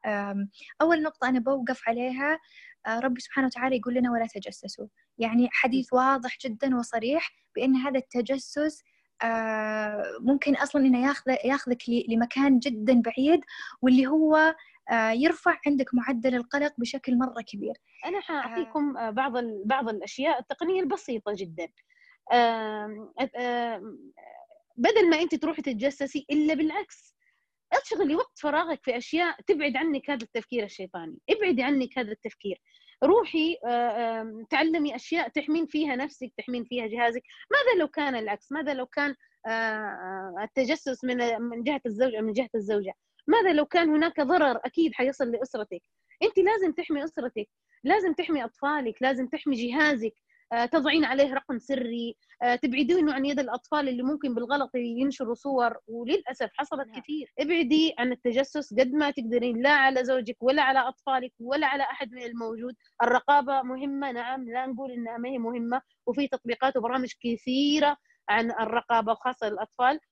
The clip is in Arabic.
أول نقطة أنا بوقف عليها، ربي سبحانه وتعالى يقول لنا ولا تجسسوا، يعني حديث واضح جدا وصريح بأن هذا التجسس ممكن أصلا إنه ياخذك لمكان جدا بعيد، واللي هو يرفع عندك معدل القلق بشكل مرة كبير. أنا حأعطيكم بعض الأشياء التقنية البسيطة جدا. بدل ما أنت تروحي تتجسسي، إلا بالعكس، اشغلي وقت فراغك في أشياء تبعد عنك هذا التفكير الشيطاني، ابعدي عنك هذا التفكير، روحي تعلمي أشياء تحمين فيها نفسك، تحمين فيها جهازك. ماذا لو كان العكس؟ ماذا لو كان التجسس من جهة الزوج أو من جهة الزوجة؟ ماذا لو كان هناك ضرر أكيد حيصل لأسرتك؟ أنت لازم تحمي أسرتك، لازم تحمي أطفالك، لازم تحمي جهازك، تضعين عليه رقم سري، تبعدينه عن يد الأطفال اللي ممكن بالغلط ينشروا صور، وللأسف حصلت كثير. ابعدي عن التجسس قد ما تقدرين، لا على زوجك ولا على أطفالك ولا على أحد من الموجود. الرقابة مهمة، نعم، لا نقول إنها ما هي مهمة، وفي تطبيقات وبرامج كثيرة عن الرقابة وخاصة للأطفال،